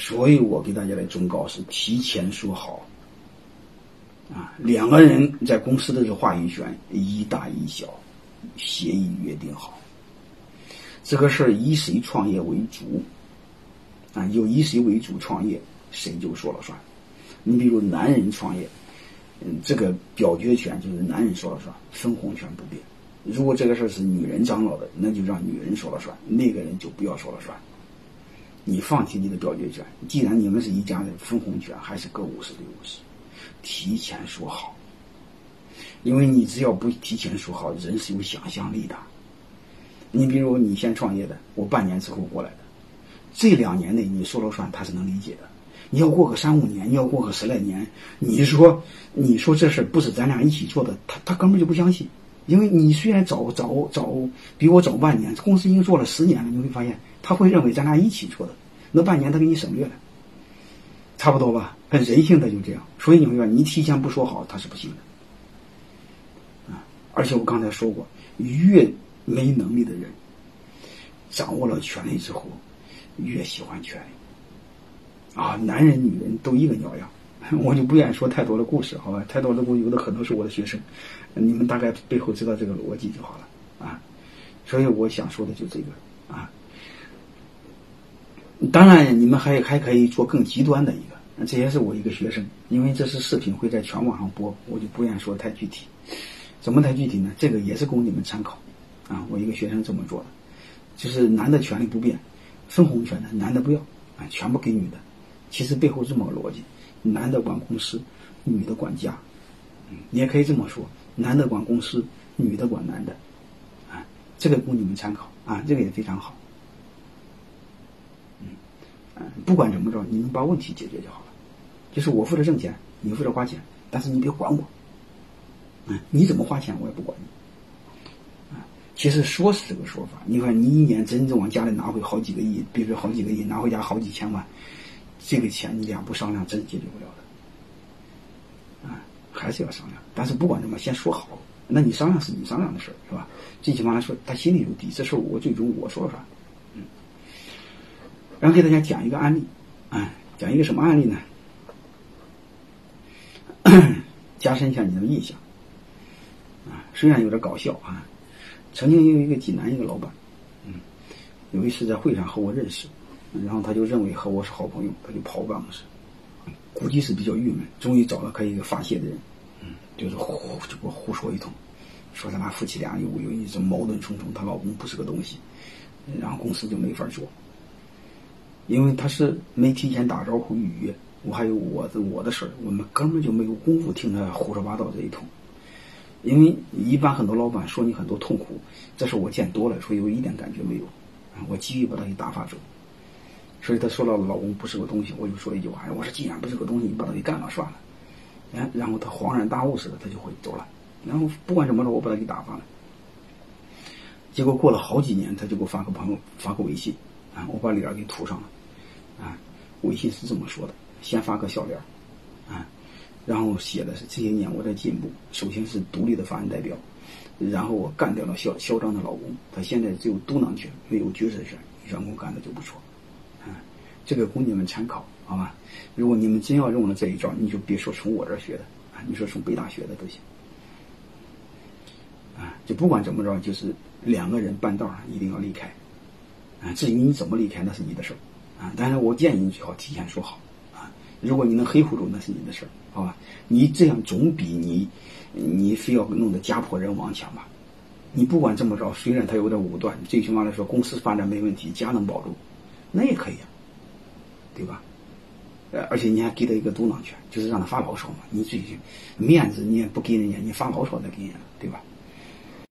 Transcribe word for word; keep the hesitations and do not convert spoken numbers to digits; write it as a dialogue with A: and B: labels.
A: 所以我给大家的忠告是提前说好啊，两个人在公司的这话语权一大一小，协议约定好。这个事儿以谁创业为主啊，有以谁为主创业，谁就说了算。你比如男人创业，嗯，这个表决权就是男人说了算，分红权不变。如果这个事是女人张罗的，那就让女人说了算，那个人就不要说了算。你放弃你的表决权，既然你们是一家的，分红权还是各五十对五十，提前说好。因为你只要不提前说好，人是有想象力的。你比如你先创业的，我半年之后过来的，这两年内你说了算，他是能理解的。你要过个三五年，你要过个十来年，你说你说这事不是咱俩一起做的，他他根本就不相信。因为你虽然早早早比我早半年，公司已经做了十年了，你会发现他会认为咱俩一起做的，那半年他给你省略了，差不多吧？很人性的就这样。所以你会发现，你提前不说好，他是不信的啊。而且我刚才说过，越没能力的人，掌握了权力之后，越喜欢权力啊。男人女人都一个鸟样。我就不愿意说太多的故事，好吧？太多的故事有的可能是我的学生，你们大概背后知道这个逻辑就好了啊。所以我想说的就这个啊。当然，你们还还可以做更极端的一个，这也是我一个学生，因为这是视频会在全网上播，我就不愿意说太具体。怎么太具体呢？这个也是供你们参考啊。我一个学生这么做的，就是男的权利不变，分红权的男的不要啊，全部给女的。其实背后这么个逻辑。男的管公司，女的管家，嗯，你也可以这么说，男的管公司，女的管男的，啊，这个供你们参考啊，这个也非常好，嗯，啊，不管怎么着，你们把问题解决就好了，就是我负责挣钱，你负责花钱，但是你别管我，嗯，你怎么花钱我也不管你，啊，其实说是这个说法，你看你一年真正往家里拿回好几个亿，比如说好几个亿，拿回家好几千万。这个钱你俩不商量真解决不了的，啊，还是要商量。但是不管怎么，先说好。那你商量是你商量的事儿，是吧？最起码来说，他心里有底，这事我最终我说了算。嗯。然后给大家讲一个案例，啊，讲一个什么案例呢？加深一下你的印象。啊，虽然有点搞笑啊。曾经有一个济南一个老板，嗯，有一次在会上和我认识。然后他就认为和我是好朋友，他就跑我办公室，估计是比较郁闷，终于找到可以一个发泄的人，嗯，就是呼就给我胡说一通，说他俩夫妻俩有有一种矛盾重重，她老公不是个东西，然后公司就没法做，因为他是没提前打招呼预约，我还有我的我的事儿，我们根本就没有功夫听他胡说八道这一通，因为一般很多老板说你很多痛苦，这事我见多了，所以我一点感觉没有，我急于把他给打发走。所以他说到老公不是个东西，我就说一句话，我说既然不是个东西，你把他给干了算了。哎，然后他恍然大悟似的，他就会走了。然后不管怎么着，我把他给打发了。结果过了好几年，他就给我发个朋友，发个微信，啊，我把脸给涂上了，啊，微信是这么说的：先发个笑脸，啊，然后写的是这些年我在进步，首先是独立的法人代表，然后我干掉了嚣嚣张的老公，他现在只有督囊权，没有决策权，员工干的就不错。这个供你们参考，好吧？如果你们真要用了这一招，你就别说从我这儿学的啊，你说从北大学的都行啊。就不管怎么着，就是两个人半道上一定要离开啊。至于你怎么离开，那是你的事儿啊。但是我建议你最好提前说好啊。如果你能黑糊住，那是你的事儿，好吧？你这样总比你你非要弄得家破人亡强吧？你不管这么着，虽然他有点武断，最起码来说公司发展没问题，家能保住，那也可以啊。对吧？呃，而且你还给他一个督囊权，就是让他发牢骚嘛。你最面子你也不给人家，你发牢骚再给人家，对吧？